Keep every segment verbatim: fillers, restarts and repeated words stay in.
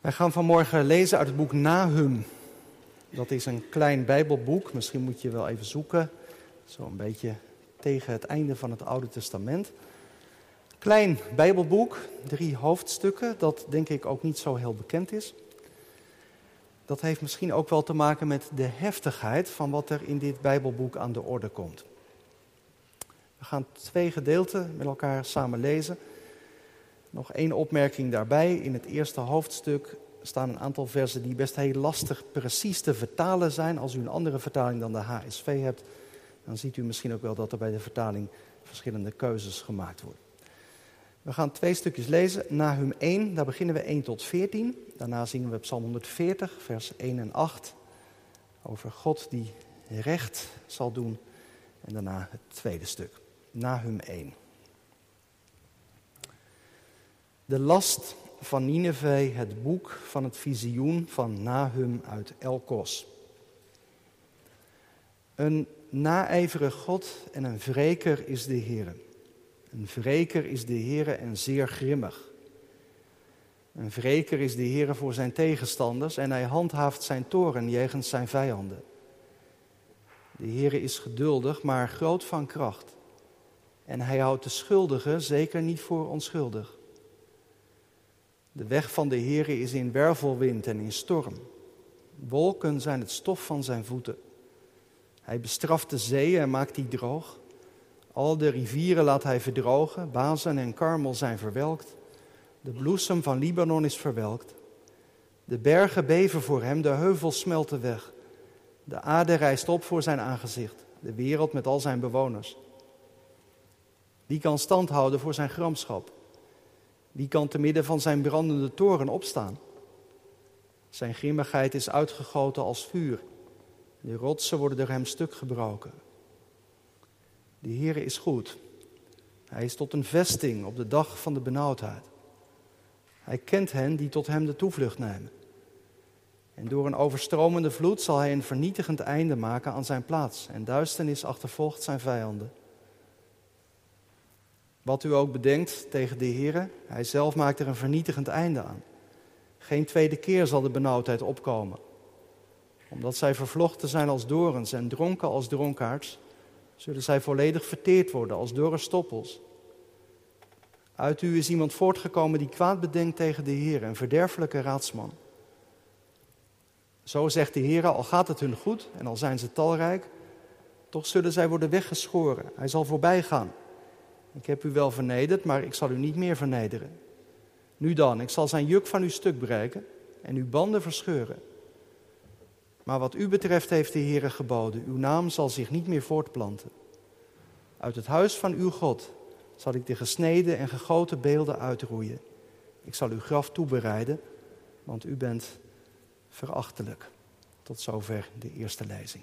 Wij gaan vanmorgen lezen uit het boek Nahum. Dat is een klein Bijbelboek, misschien moet je wel even zoeken. Zo'n beetje tegen het einde van het Oude Testament. Klein Bijbelboek, drie hoofdstukken, dat denk ik ook niet zo heel bekend is. Dat heeft misschien ook wel te maken met de heftigheid van wat er in dit Bijbelboek aan de orde komt. We gaan twee gedeelten met elkaar samen lezen. Nog één opmerking daarbij. In het eerste hoofdstuk staan een aantal versen die best heel lastig precies te vertalen zijn. Als u een andere vertaling dan de H S V hebt, dan ziet u misschien ook wel dat er bij de vertaling verschillende keuzes gemaakt worden. We gaan twee stukjes lezen. Nahum één, daar beginnen we één tot veertien. Daarna zingen we Psalm honderdveertig, vers één en acht. Over God die recht zal doen. En daarna het tweede stuk. Nahum één. De last van Nineve, het boek van het visioen van Nahum uit Elkos. Een naijverig God en een wreker is de Heere. Een wreker is de Heere en zeer grimmig. Een wreker is de Heere voor zijn tegenstanders en hij handhaaft zijn toorn jegens zijn vijanden. De Heere is geduldig, maar groot van kracht. En hij houdt de schuldigen zeker niet voor onschuldig. De weg van de Heere is in wervelwind en in storm. Wolken zijn het stof van zijn voeten. Hij bestraft de zeeën en maakt die droog. Al de rivieren laat hij verdrogen. Bazen en Karmel zijn verwelkt. De bloesem van Libanon is verwelkt. De bergen beven voor hem, de heuvels smelten weg. De aarde rijst op voor zijn aangezicht. De wereld met al zijn bewoners. Wie kan stand houden voor zijn gramschap? Wie kan te midden van zijn brandende toren opstaan? Zijn grimmigheid is uitgegoten als vuur. De rotsen worden door hem stuk gebroken. De Heere is goed. Hij is tot een vesting op de dag van de benauwdheid. Hij kent hen die tot hem de toevlucht nemen. En door een overstromende vloed zal hij een vernietigend einde maken aan zijn plaats. En duisternis achtervolgt zijn vijanden. Wat u ook bedenkt tegen de Heere, hij zelf maakt er een vernietigend einde aan. Geen tweede keer zal de benauwdheid opkomen. Omdat zij vervlochten zijn als dorens en dronken als dronkaards, zullen zij volledig verteerd worden als dorre stoppels. Uit u is iemand voortgekomen die kwaad bedenkt tegen de Heere, een verderfelijke raadsman. Zo zegt de Heere, al gaat het hun goed en al zijn ze talrijk, toch zullen zij worden weggeschoren. Hij zal voorbij gaan. Ik heb u wel vernederd, maar ik zal u niet meer vernederen. Nu dan, ik zal zijn juk van uw stuk breken en uw banden verscheuren. Maar wat u betreft heeft de Heere geboden, uw naam zal zich niet meer voortplanten. Uit het huis van uw God zal ik de gesneden en gegoten beelden uitroeien. Ik zal uw graf toebereiden, want u bent verachtelijk. Tot zover de eerste lezing.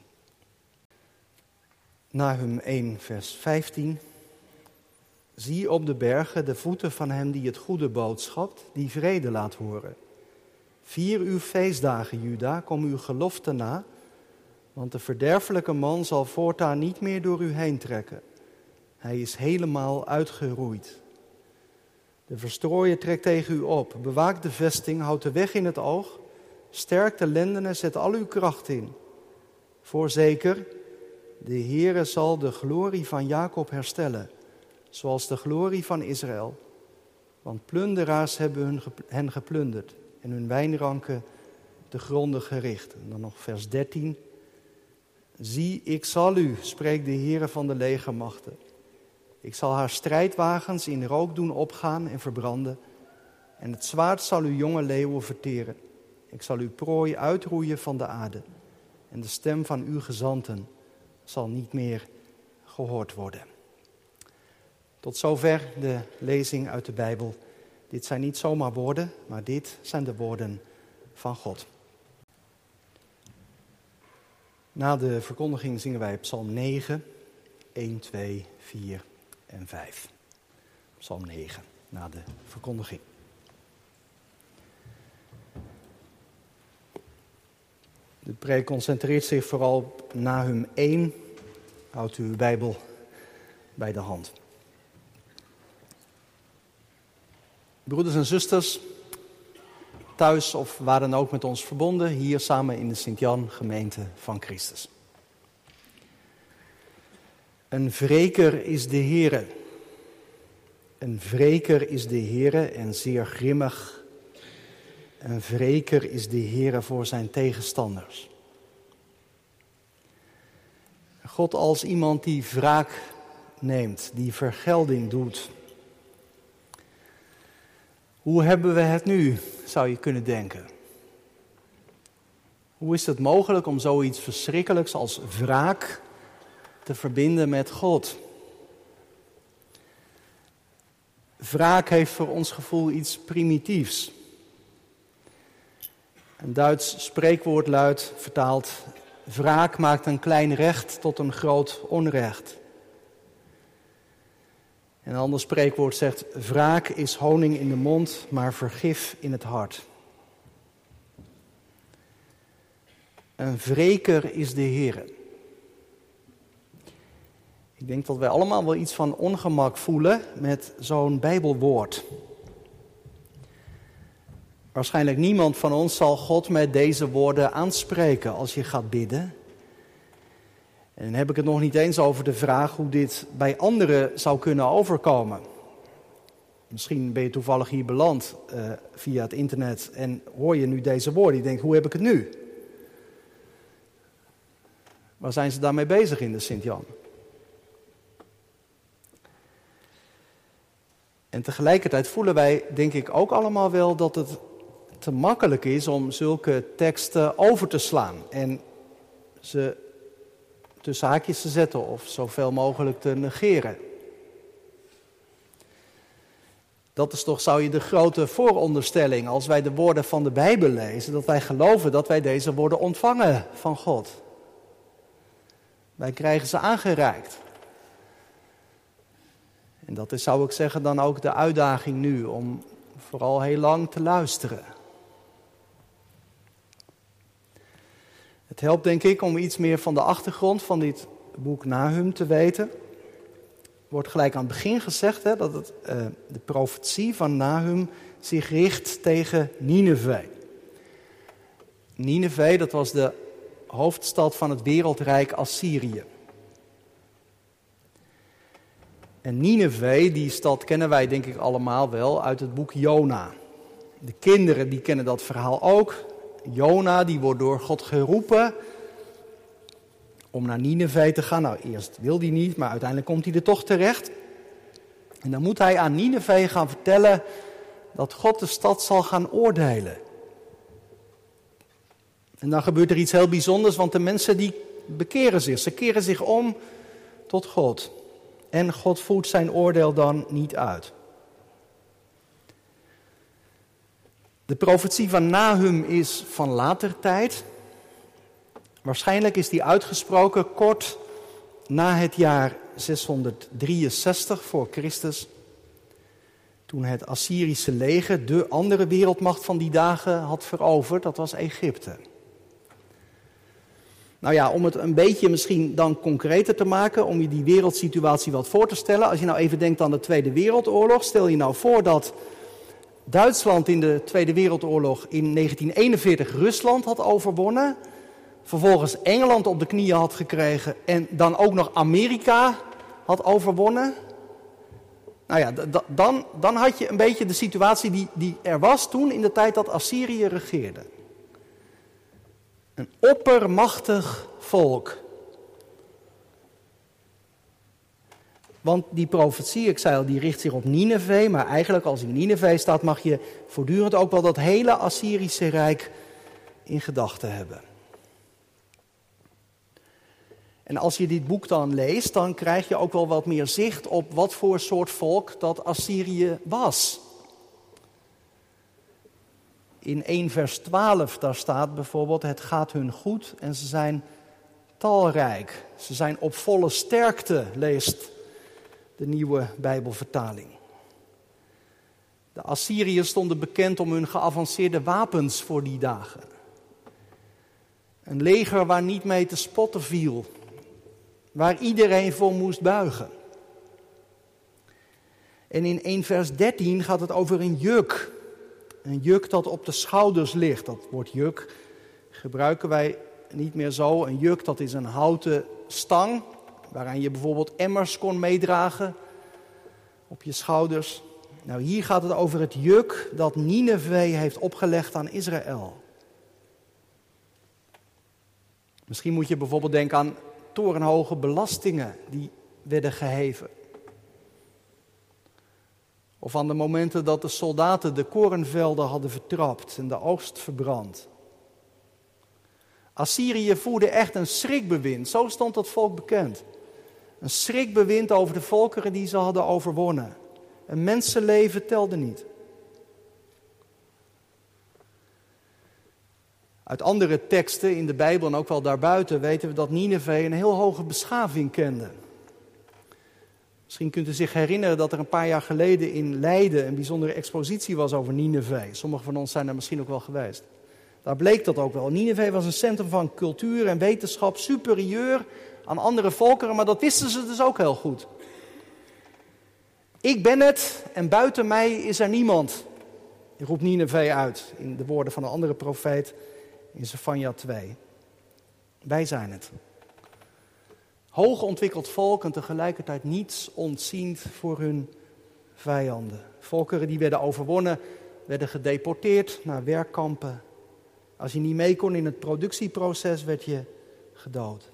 Nahum één, vers vijftien. Zie op de bergen de voeten van hem die het goede boodschapt, die vrede laat horen. Vier uw feestdagen, Juda, kom uw gelofte na, want de verderfelijke man zal voortaan niet meer door u heen trekken. Hij is helemaal uitgeroeid. De verstrooier trekt tegen u op, bewaak de vesting, houd de weg in het oog, sterk de lendenen, zet al uw kracht in. Voorzeker, de Heere zal de glorie van Jacob herstellen, zoals de glorie van Israël. Want plunderaars hebben hun, hen geplunderd en hun wijnranken te gronden gericht. En dan nog vers dertien. Zie, ik zal u, spreekt de Heere van de legermachten. Ik zal haar strijdwagens in rook doen opgaan en verbranden. En het zwaard zal uw jonge leeuwen verteren. Ik zal uw prooi uitroeien van de aarde. En de stem van uw gezanten zal niet meer gehoord worden. Tot zover de lezing uit de Bijbel. Dit zijn niet zomaar woorden, maar dit zijn de woorden van God. Na de verkondiging zingen wij Psalm negen, één, twee, vier en vijf. Psalm negen, na de verkondiging. De preek concentreert zich vooral op Nahum één. Houdt u uw Bijbel bij de hand. Broeders en zusters, thuis of waar dan ook met ons verbonden, hier samen in de Sint-Jan gemeente van Christus. Een wreker is de Heere. Een wreker is de Heere en zeer grimmig. Een wreker is de Heere voor zijn tegenstanders. God als iemand die wraak neemt, die vergelding doet. Hoe hebben we het nu, zou je kunnen denken? Hoe is het mogelijk om zoiets verschrikkelijks als wraak te verbinden met God? Wraak heeft voor ons gevoel iets primitiefs. Een Duits spreekwoord luidt, vertaald, wraak maakt een klein recht tot een groot onrecht. En een ander spreekwoord zegt, wraak is honing in de mond, maar vergif in het hart. Een wreker is de Heere. Ik denk dat wij allemaal wel iets van ongemak voelen met zo'n Bijbelwoord. Waarschijnlijk niemand van ons zal God met deze woorden aanspreken als je gaat bidden. En dan heb ik het nog niet eens over de vraag hoe dit bij anderen zou kunnen overkomen. Misschien ben je toevallig hier beland uh, via het internet en hoor je nu deze woorden. Je denkt, hoe heb ik het nu? Waar zijn ze daarmee bezig in de Sint-Jan? En tegelijkertijd voelen wij, denk ik, ook allemaal wel dat het te makkelijk is om zulke teksten over te slaan. En ze tussen haakjes te zetten of zoveel mogelijk te negeren. Dat is toch, zou je de grote vooronderstelling als wij de woorden van de Bijbel lezen, dat wij geloven dat wij deze woorden ontvangen van God. Wij krijgen ze aangereikt. En dat is, zou ik zeggen, dan ook de uitdaging nu om vooral heel lang te luisteren. Het helpt denk ik om iets meer van de achtergrond van dit boek Nahum te weten. Er wordt gelijk aan het begin gezegd hè, dat het, uh, de profetie van Nahum zich richt tegen Nineve. Nineve, dat was de hoofdstad van het wereldrijk Assyrië. En Nineve, die stad kennen wij denk ik allemaal wel uit het boek Jona. De kinderen die kennen dat verhaal ook. Jona die wordt door God geroepen om naar Nineve te gaan. Nou, eerst wil hij niet, maar uiteindelijk komt hij er toch terecht. En dan moet hij aan Nineve gaan vertellen dat God de stad zal gaan oordelen. En dan gebeurt er iets heel bijzonders, want de mensen die bekeren zich. Ze keren zich om tot God. En God voert zijn oordeel dan niet uit. De profetie van Nahum is van later tijd. Waarschijnlijk is die uitgesproken kort na het jaar zeshonderddrieënzestig voor Christus. Toen het Assyrische leger de andere wereldmacht van die dagen had veroverd, dat was Egypte. Nou ja, om het een beetje misschien dan concreter te maken, om je die wereldsituatie wat voor te stellen. Als je nou even denkt aan de Tweede Wereldoorlog, stel je nou voor dat Duitsland in de Tweede Wereldoorlog in negentien eenenveertig Rusland had overwonnen. Vervolgens Engeland op de knieën had gekregen en dan ook nog Amerika had overwonnen. Nou ja, d- d- dan, dan had je een beetje de situatie die, die er was toen in de tijd dat Assyrië regeerde. Een oppermachtig volk. Want die profetie, ik zei al, die richt zich op Nineve. Maar eigenlijk als in Nineve staat, mag je voortdurend ook wel dat hele Assyrische Rijk in gedachten hebben. En als je dit boek dan leest, dan krijg je ook wel wat meer zicht op wat voor soort volk dat Assyrië was. In één vers twaalf, daar staat bijvoorbeeld, het gaat hun goed en ze zijn talrijk. Ze zijn op volle sterkte, leest de nieuwe Bijbelvertaling. De Assyriërs stonden bekend om hun geavanceerde wapens voor die dagen. Een leger waar niet mee te spotten viel, waar iedereen voor moest buigen. En in één vers dertien gaat het over een juk. Een juk dat op de schouders ligt. Dat woord juk gebruiken wij niet meer zo. Een juk, dat is een houten stang waaraan je bijvoorbeeld emmers kon meedragen op je schouders. Nou, hier gaat het over het juk dat Nineve heeft opgelegd aan Israël. Misschien moet je bijvoorbeeld denken aan torenhoge belastingen die werden geheven. Of aan de momenten dat de soldaten de korenvelden hadden vertrapt en de oogst verbrand. Assyrië voerde echt een schrikbewind, zo stond dat volk bekend. Een schrikbewind over de volkeren die ze hadden overwonnen. Een mensenleven telde niet. Uit andere teksten in de Bijbel en ook wel daarbuiten weten we dat Nineve een heel hoge beschaving kende. Misschien kunt u zich herinneren dat er een paar jaar geleden in Leiden een bijzondere expositie was over Nineve. Sommigen van ons zijn er misschien ook wel geweest. Daar bleek dat ook wel. Nineve was een centrum van cultuur en wetenschap, superieur aan andere volkeren, maar dat wisten ze dus ook heel goed. Ik ben het en buiten mij is er niemand, roept Nineve uit in de woorden van een andere profeet in Zefanja twee. Wij zijn het. Hoog ontwikkeld volk en tegelijkertijd niets ontziend voor hun vijanden. Volkeren die werden overwonnen, werden gedeporteerd naar werkkampen. Als je niet mee kon in het productieproces, werd je gedood.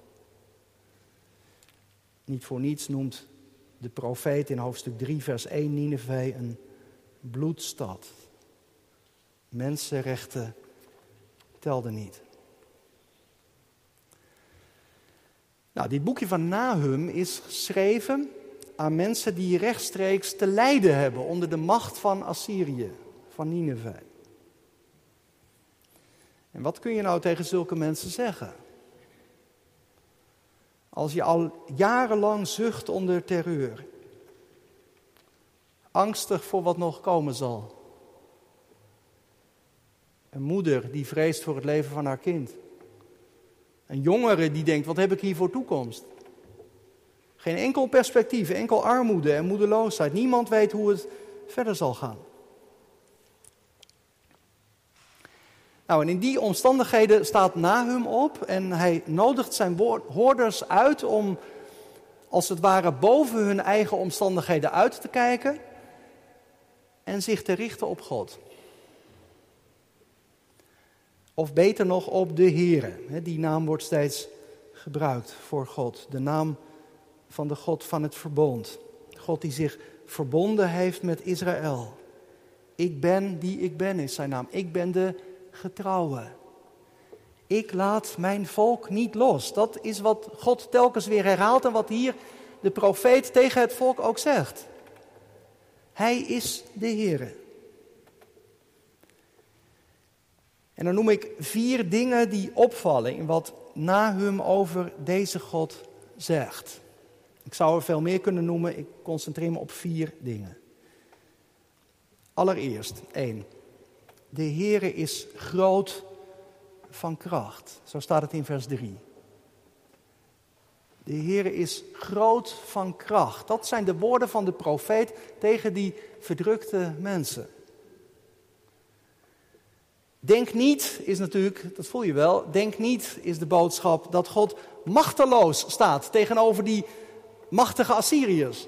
Niet voor niets noemt de profeet in hoofdstuk drie, vers één Nineve een bloedstad. Mensenrechten telden niet. Nou, dit boekje van Nahum is geschreven aan mensen die rechtstreeks te lijden hebben onder de macht van Assyrië, van Nineve. En wat kun je nou tegen zulke mensen zeggen? Als je al jarenlang zucht onder terreur, angstig voor wat nog komen zal. Een moeder die vreest voor het leven van haar kind. Een jongere die denkt, wat heb ik hier voor toekomst? Geen enkel perspectief, enkel armoede en moedeloosheid. Niemand weet hoe het verder zal gaan. Nou, en in die omstandigheden staat Nahum op en hij nodigt zijn hoorders uit om, als het ware, boven hun eigen omstandigheden uit te kijken en zich te richten op God. Of beter nog op de Heere. Die naam wordt steeds gebruikt voor God. De naam van de God van het verbond. God die zich verbonden heeft met Israël. Ik ben die ik ben is zijn naam. Ik ben de getrouwe. Ik laat mijn volk niet los. Dat is wat God telkens weer herhaalt en wat hier de profeet tegen het volk ook zegt. Hij is de Heere. En dan noem ik vier dingen die opvallen in wat Nahum over deze God zegt. Ik zou er veel meer kunnen noemen, ik concentreer me op vier dingen. Allereerst, één. De Heere is groot van kracht. Zo staat het in vers drie. De Heere is groot van kracht. Dat zijn de woorden van de profeet tegen die verdrukte mensen. Denk niet, is natuurlijk, dat voel je wel, denk niet is de boodschap dat God machteloos staat tegenover die machtige Assyriërs.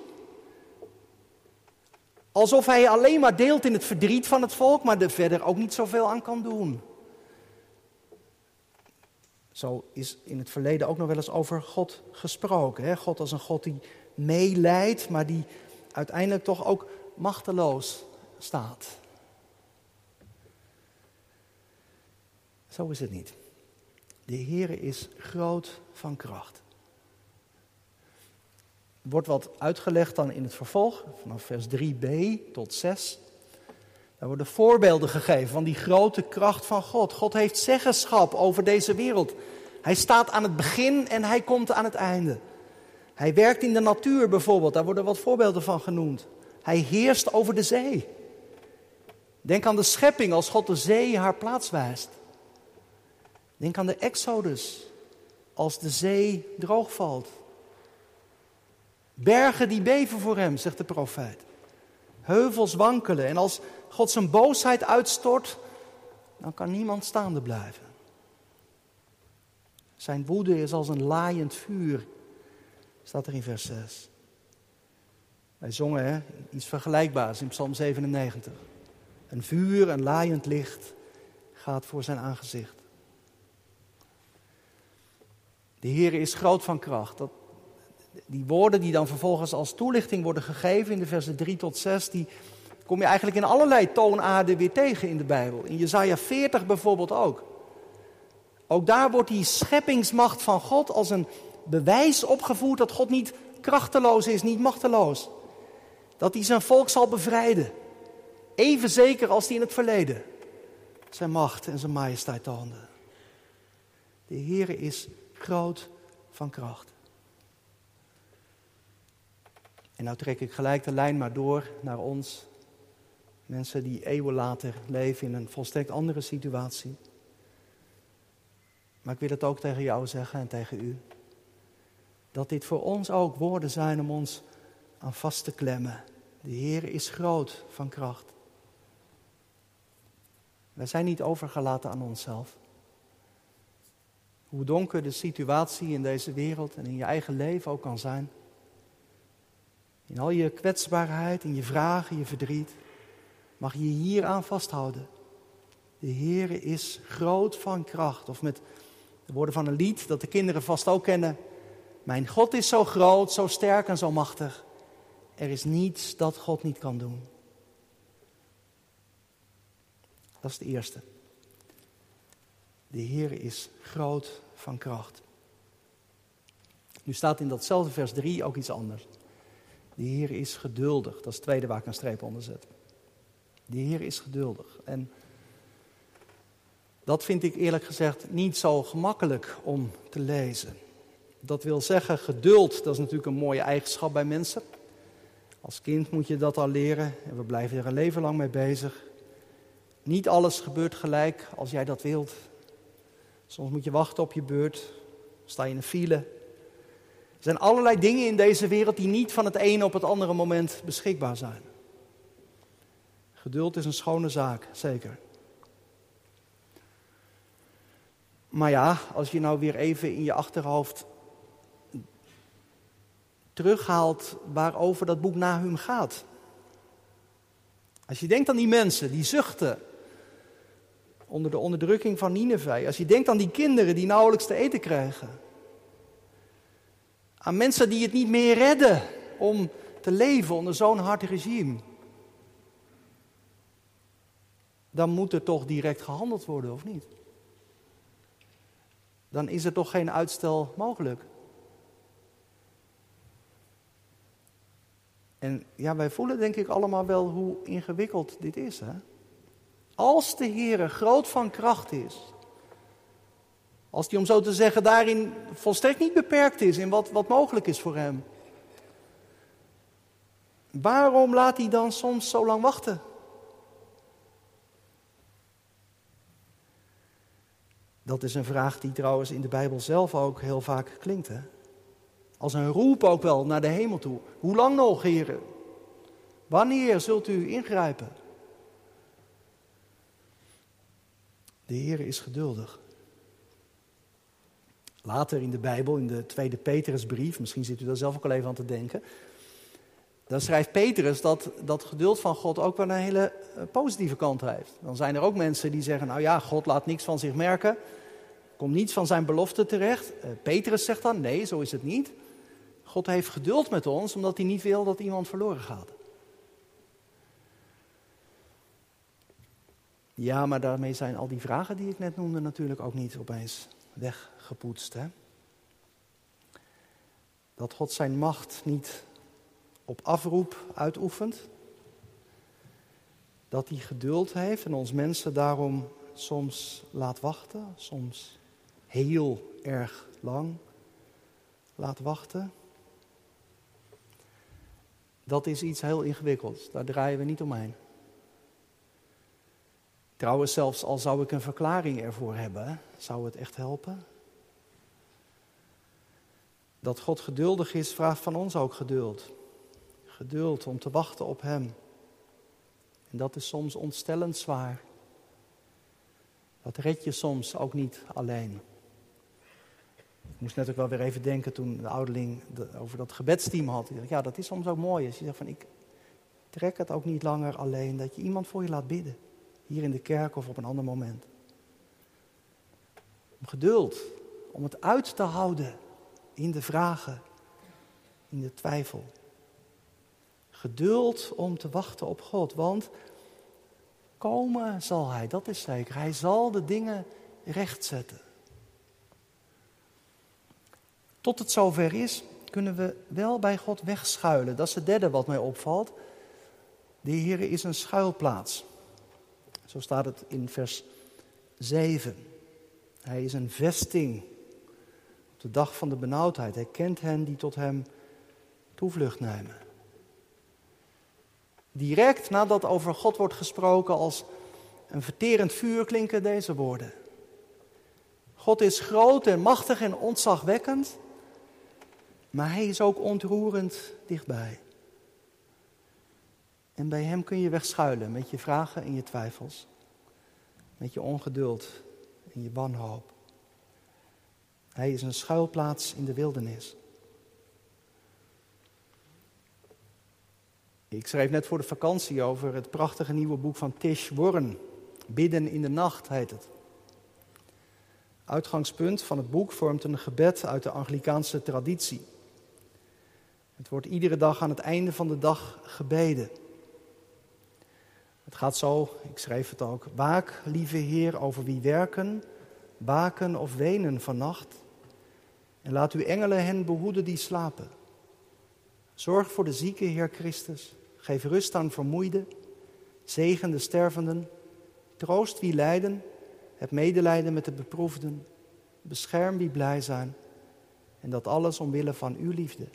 Alsof hij alleen maar deelt in het verdriet van het volk, maar er verder ook niet zoveel aan kan doen. Zo is in het verleden ook nog wel eens over God gesproken. Hè? God als een God die meelijdt, maar die uiteindelijk toch ook machteloos staat. Zo is het niet. De Heere is groot van kracht. Er wordt wat uitgelegd dan in het vervolg, vanaf vers drie b tot zes. Daar worden voorbeelden gegeven van die grote kracht van God. God heeft zeggenschap over deze wereld. Hij staat aan het begin en hij komt aan het einde. Hij werkt in de natuur bijvoorbeeld, daar worden wat voorbeelden van genoemd. Hij heerst over de zee. Denk aan de schepping als God de zee haar plaats wijst. Denk aan de Exodus, als de zee droog valt. Bergen die beven voor hem, zegt de profeet. heuvels wankelen. En als God zijn boosheid uitstort, dan kan niemand staande blijven. Zijn woede is als een laaiend vuur, staat er in vers zes. Wij zongen hè, iets vergelijkbaars in Psalm zevenennegentig. Een vuur, een laaiend licht gaat voor zijn aangezicht. De Heer is groot van kracht. Dat, die woorden die dan vervolgens als toelichting worden gegeven in de versen drie tot zes, die kom je eigenlijk in allerlei toonaarden weer tegen in de Bijbel. In Jesaja veertig bijvoorbeeld ook. Ook daar wordt die scheppingsmacht van God als een bewijs opgevoerd dat God niet krachteloos is, niet machteloos. Dat hij zijn volk zal bevrijden. Even zeker als hij in het verleden zijn macht en zijn majesteit toonde. De Heere is groot van kracht. En nou trek ik gelijk de lijn maar door naar ons. Mensen die eeuwen later leven in een volstrekt andere situatie. Maar ik wil het ook tegen jou zeggen en tegen u. Dat dit voor ons ook woorden zijn om ons aan vast te klemmen. De Heer is groot van kracht. Wij zijn niet overgelaten aan onszelf. Hoe donker de situatie in deze wereld en in je eigen leven ook kan zijn. In al je kwetsbaarheid, in je vragen, je verdriet. Mag je je hier aan vasthouden. De Heere is groot van kracht. Of met de woorden van een lied dat de kinderen vast ook kennen. Mijn God is zo groot, zo sterk en zo machtig. Er is niets dat God niet kan doen. Dat is de eerste. De Heere is groot van kracht. Nu staat in datzelfde vers drie ook iets anders. De Heer is geduldig. Dat is het tweede waar ik een streep onder zet. De Heer is geduldig. En dat vind ik eerlijk gezegd niet zo gemakkelijk om te lezen. Dat wil zeggen, geduld, dat is natuurlijk een mooie eigenschap bij mensen. Als kind moet je dat al leren en we blijven er een leven lang mee bezig. Niet alles gebeurt gelijk als jij dat wilt. Soms moet je wachten op je beurt, sta je in een file. Er zijn allerlei dingen in deze wereld die niet van het ene op het andere moment beschikbaar zijn. Geduld is een schone zaak, zeker. Maar ja, als je nou weer even in je achterhoofd terughaalt waarover dat boek Nahum gaat. Als je denkt aan die mensen die zuchten onder de onderdrukking van Nineve. Als je denkt aan die kinderen die nauwelijks te eten krijgen. Aan mensen die het niet meer redden om te leven onder zo'n hard regime. Dan moet er toch direct gehandeld worden, of niet? Dan is er toch geen uitstel mogelijk. En ja, wij voelen denk ik allemaal wel hoe ingewikkeld dit is. Hè? Als de Heere groot van kracht is. Als hij om zo te zeggen daarin volstrekt niet beperkt is in wat, wat mogelijk is voor hem. Waarom laat hij dan soms zo lang wachten? Dat is een vraag die trouwens in de Bijbel zelf ook heel vaak klinkt. Hè? Als een roep ook wel naar de hemel toe. Hoe lang nog, Heere? Wanneer zult u ingrijpen? De Heere is geduldig. Later in de Bijbel, in de tweede Petrusbrief, misschien zit u daar zelf ook al even aan te denken. Dan schrijft Petrus dat dat geduld van God ook wel een hele positieve kant heeft. Dan zijn er ook mensen die zeggen, nou ja, God laat niks van zich merken. Komt niets van zijn belofte terecht. Uh, Petrus zegt dan, nee, zo is het niet. God heeft geduld met ons, omdat hij niet wil dat iemand verloren gaat. Ja, maar daarmee zijn al die vragen die ik net noemde natuurlijk ook niet opeens weggepoetst. Hè? Dat God zijn macht niet op afroep uitoefent. Dat hij geduld heeft en ons mensen daarom soms laat wachten. Soms heel erg lang laat wachten. Dat is iets heel ingewikkelds. Daar draaien we niet omheen. Trouwens, zelfs al zou ik een verklaring ervoor hebben, zou het echt helpen? Dat God geduldig is, vraagt van ons ook geduld. Geduld om te wachten op hem. En dat is soms ontstellend zwaar. Dat red je soms ook niet alleen. Ik moest net ook wel weer even denken toen de ouderling de, over dat gebedsteam had. Ik dacht, ja, dat is soms ook mooi. Als je zegt van, ik trek het ook niet langer alleen. Dat je iemand voor je laat bidden. Hier in de kerk of op een ander moment. Om geduld. Om het uit te houden. In de vragen. In de twijfel. Geduld om te wachten op God. Want komen zal Hij, dat is zeker. Hij zal de dingen rechtzetten. Tot het zover is, kunnen we wel bij God wegschuilen. Dat is het derde wat mij opvalt. De Heere is een schuilplaats. Zo staat het in vers zeven. Hij is een vesting op de dag van de benauwdheid. Hij kent hen die tot hem toevlucht nemen. Direct nadat over God wordt gesproken als een verterend vuur klinken deze woorden. God is groot en machtig en ontzagwekkend, maar hij is ook ontroerend dichtbij. En bij hem kun je wegschuilen met je vragen en je twijfels, met je ongeduld en je wanhoop. Hij is een schuilplaats in de wildernis. Ik schreef net voor de vakantie over het prachtige nieuwe boek van Tish Warren. Bidden in de nacht heet het. Uitgangspunt van het boek vormt een gebed uit de Anglikaanse traditie. Het wordt iedere dag aan het einde van de dag gebeden. Het gaat zo, ik schreef het ook. Waak, lieve Heer, over wie werken, waken of wenen vannacht. En laat uw engelen hen behoeden die slapen. Zorg voor de zieken, Heer Christus. Geef rust aan vermoeiden. Zegen de stervenden. Troost wie lijden. Heb medelijden met de beproefden. Bescherm wie blij zijn. En dat alles omwille van uw liefde.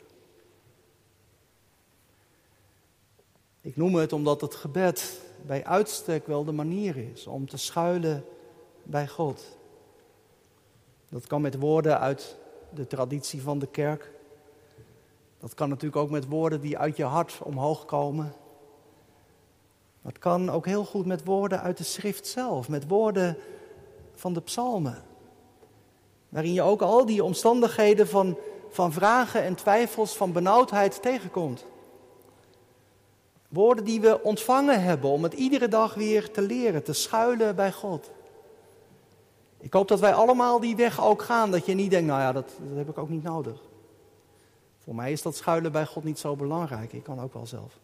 Ik noem het omdat het gebed bij uitstek wel de manier is om te schuilen bij God. Dat kan met woorden uit de traditie van de kerk. Dat kan natuurlijk ook met woorden die uit je hart omhoog komen. Maar het kan ook heel goed met woorden uit de schrift zelf. Met woorden van de psalmen. Waarin je ook al die omstandigheden van, van vragen en twijfels, van benauwdheid tegenkomt. Woorden die we ontvangen hebben om het iedere dag weer te leren, te schuilen bij God. Ik hoop dat wij allemaal die weg ook gaan. Dat je niet denkt, nou ja, dat, dat heb ik ook niet nodig. Voor mij is dat schuilen bij God niet zo belangrijk. Ik kan ook wel zelf.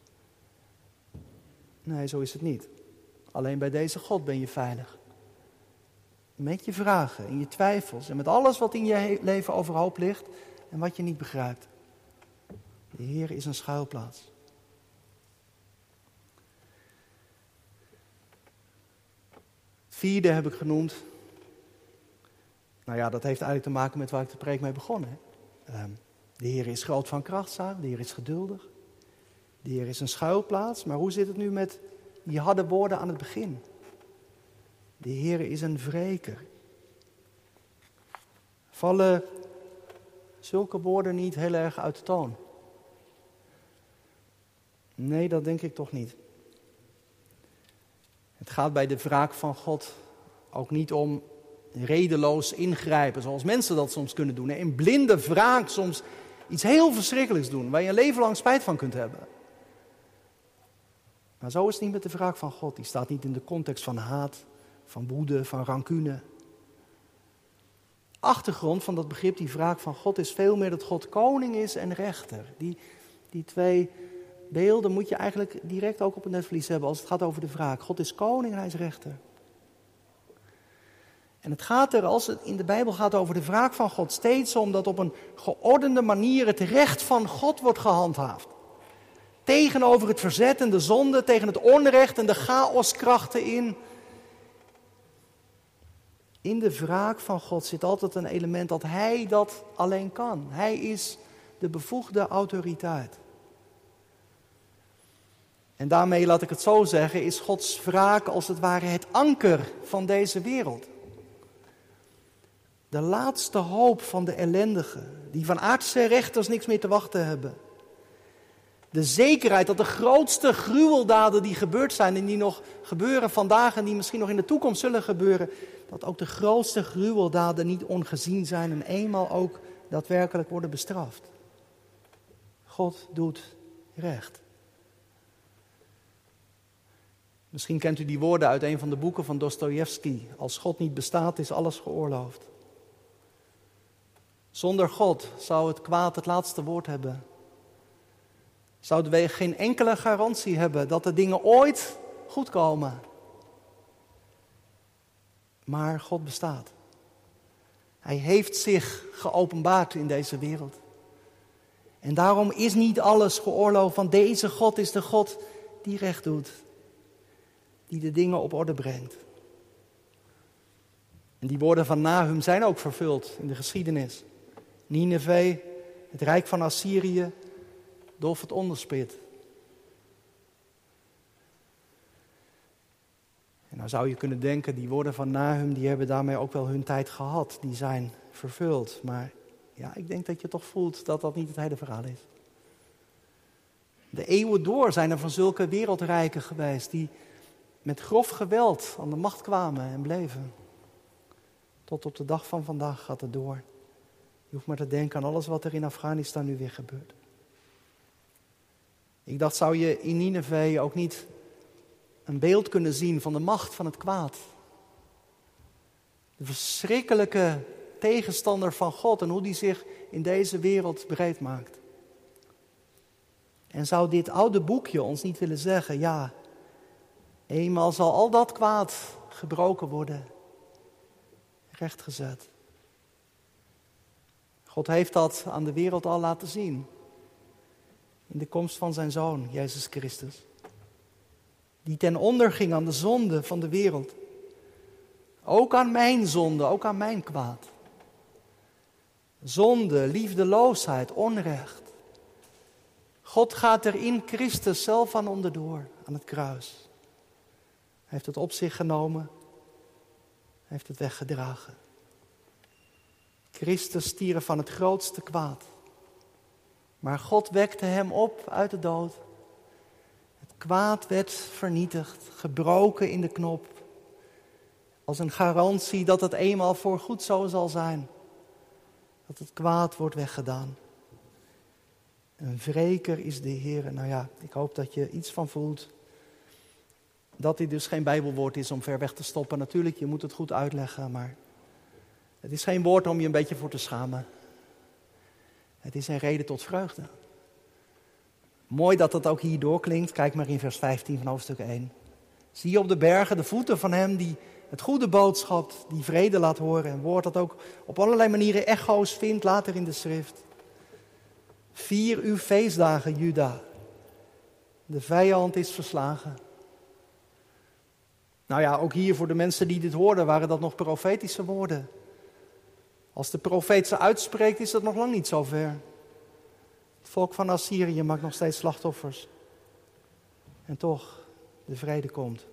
Nee, zo is het niet. Alleen bij deze God ben je veilig. Met je vragen en je twijfels en met alles wat in je leven overhoop ligt en wat je niet begrijpt. De Heer is een schuilplaats. Vierde heb ik genoemd. Nou ja, dat heeft eigenlijk te maken met waar ik de preek mee begonnen. Um, de Heer is groot van krachtzaam, de Heer is geduldig. De Heer is een schuilplaats, maar hoe zit het nu met die harde woorden aan het begin? De Heer is een wreker. Vallen zulke woorden niet heel erg uit de toon? Nee, dat denk ik toch niet. Het gaat bij de wraak van God ook niet om redeloos ingrijpen, zoals mensen dat soms kunnen doen. In blinde wraak soms iets heel verschrikkelijks doen, waar je een leven lang spijt van kunt hebben. Maar zo is het niet met de wraak van God. Die staat niet in de context van haat, van woede, van rancune. Achtergrond van dat begrip, die wraak van God, is veel meer dat God koning is en rechter. Die, die twee beelden moet je eigenlijk direct ook op het netvlies hebben als het gaat over de wraak. God is koning en hij is rechter. En het gaat er, als het in de Bijbel gaat over de wraak van God, steeds om dat op een geordende manier het recht van God wordt gehandhaafd. Tegenover het verzet en de zonde, tegen het onrecht en de chaoskrachten in. In de wraak van God zit altijd een element dat hij dat alleen kan. Hij is de bevoegde autoriteit. En daarmee, laat ik het zo zeggen, is Gods wraak als het ware het anker van deze wereld. De laatste hoop van de ellendigen, die van aardse rechters niks meer te wachten hebben. De zekerheid dat de grootste gruweldaden die gebeurd zijn en die nog gebeuren vandaag en die misschien nog in de toekomst zullen gebeuren, dat ook de grootste gruweldaden niet ongezien zijn en eenmaal ook daadwerkelijk worden bestraft. God doet recht. Misschien kent u die woorden uit een van de boeken van Dostojevski. Als God niet bestaat, is alles geoorloofd. Zonder God zou het kwaad het laatste woord hebben. Zouden wij geen enkele garantie hebben dat de dingen ooit goed komen. Maar God bestaat. Hij heeft zich geopenbaard in deze wereld. En daarom is niet alles geoorloofd, want deze God is de God die recht doet. Die de dingen op orde brengt. En die woorden van Nahum zijn ook vervuld in de geschiedenis. Nineve, het rijk van Assyrië, dolf het onderspit. En nou zou je kunnen denken, die woorden van Nahum, die hebben daarmee ook wel hun tijd gehad. Die zijn vervuld. Maar ja, ik denk dat je toch voelt dat dat niet het hele verhaal is. De eeuwen door zijn er van zulke wereldrijken geweest die met grof geweld aan de macht kwamen en bleven. Tot op de dag van vandaag gaat het door. Je hoeft maar te denken aan alles wat er in Afghanistan nu weer gebeurt. Ik dacht, zou je in Nineve ook niet een beeld kunnen zien van de macht van het kwaad? De verschrikkelijke tegenstander van God en hoe die zich in deze wereld breed maakt. En zou dit oude boekje ons niet willen zeggen, ja, eenmaal zal al dat kwaad gebroken worden, rechtgezet. God heeft dat aan de wereld al laten zien. In de komst van zijn Zoon, Jezus Christus. Die ten onder ging aan de zonde van de wereld. Ook aan mijn zonde, ook aan mijn kwaad. Zonde, liefdeloosheid, onrecht. God gaat er in Christus zelf aan onderdoor, aan het kruis. Hij heeft het op zich genomen. Hij heeft het weggedragen. Christus stierf van het grootste kwaad. Maar God wekte hem op uit de dood. Het kwaad werd vernietigd, gebroken in de knop. Als een garantie dat het eenmaal voorgoed zo zal zijn. Dat het kwaad wordt weggedaan. Een wreker is de Heer. Nou ja, ik hoop dat je iets van voelt. Dat dit dus geen Bijbelwoord is om ver weg te stoppen. Natuurlijk, je moet het goed uitleggen, maar het is geen woord om je een beetje voor te schamen. Het is een reden tot vreugde. Mooi dat dat ook hier doorklinkt. Kijk maar in vers vijftien van hoofdstuk één. Zie je op de bergen de voeten van hem die het goede boodschap, die vrede laat horen. Een woord dat ook op allerlei manieren echo's vindt later in de schrift. Vier uw feestdagen, Juda. De vijand is verslagen. Nou ja, ook hier voor de mensen die dit hoorden waren dat nog profetische woorden. Als de profeet ze uitspreekt is dat nog lang niet zover. Het volk van Assyrië maakt nog steeds slachtoffers. En toch, de vrede komt.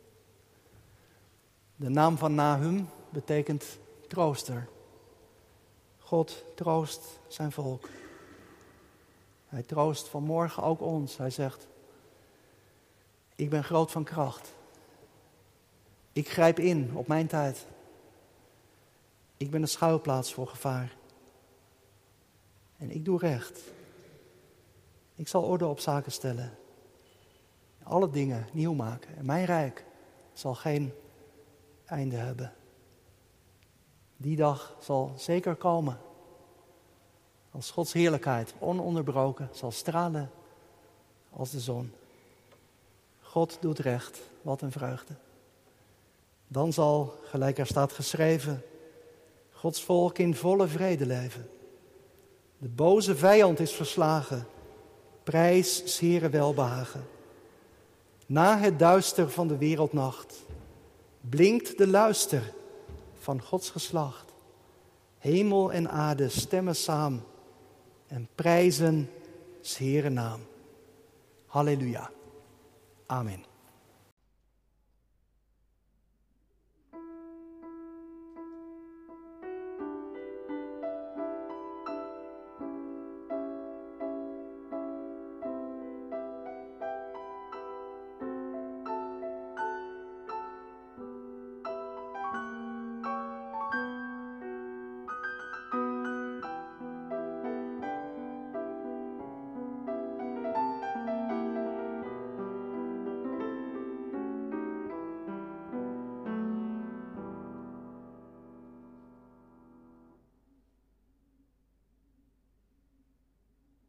De naam van Nahum betekent trooster. God troost zijn volk. Hij troost vanmorgen ook ons. Hij zegt, ik ben groot van kracht. Ik grijp in op mijn tijd. Ik ben een schuilplaats voor gevaar. En ik doe recht. Ik zal orde op zaken stellen. Alle dingen nieuw maken. En mijn rijk zal geen einde hebben. Die dag zal zeker komen. Als Gods heerlijkheid ononderbroken zal stralen als de zon. God doet recht, wat een vreugde. Dan zal, gelijk er staat geschreven, Gods volk in volle vrede leven. De boze vijand is verslagen. Prijs 's Heeren welbehagen. Na het duister van de wereldnacht blinkt de luister van Gods geslacht. Hemel en aarde stemmen saam en prijzen 's Heeren naam. Halleluja. Amen.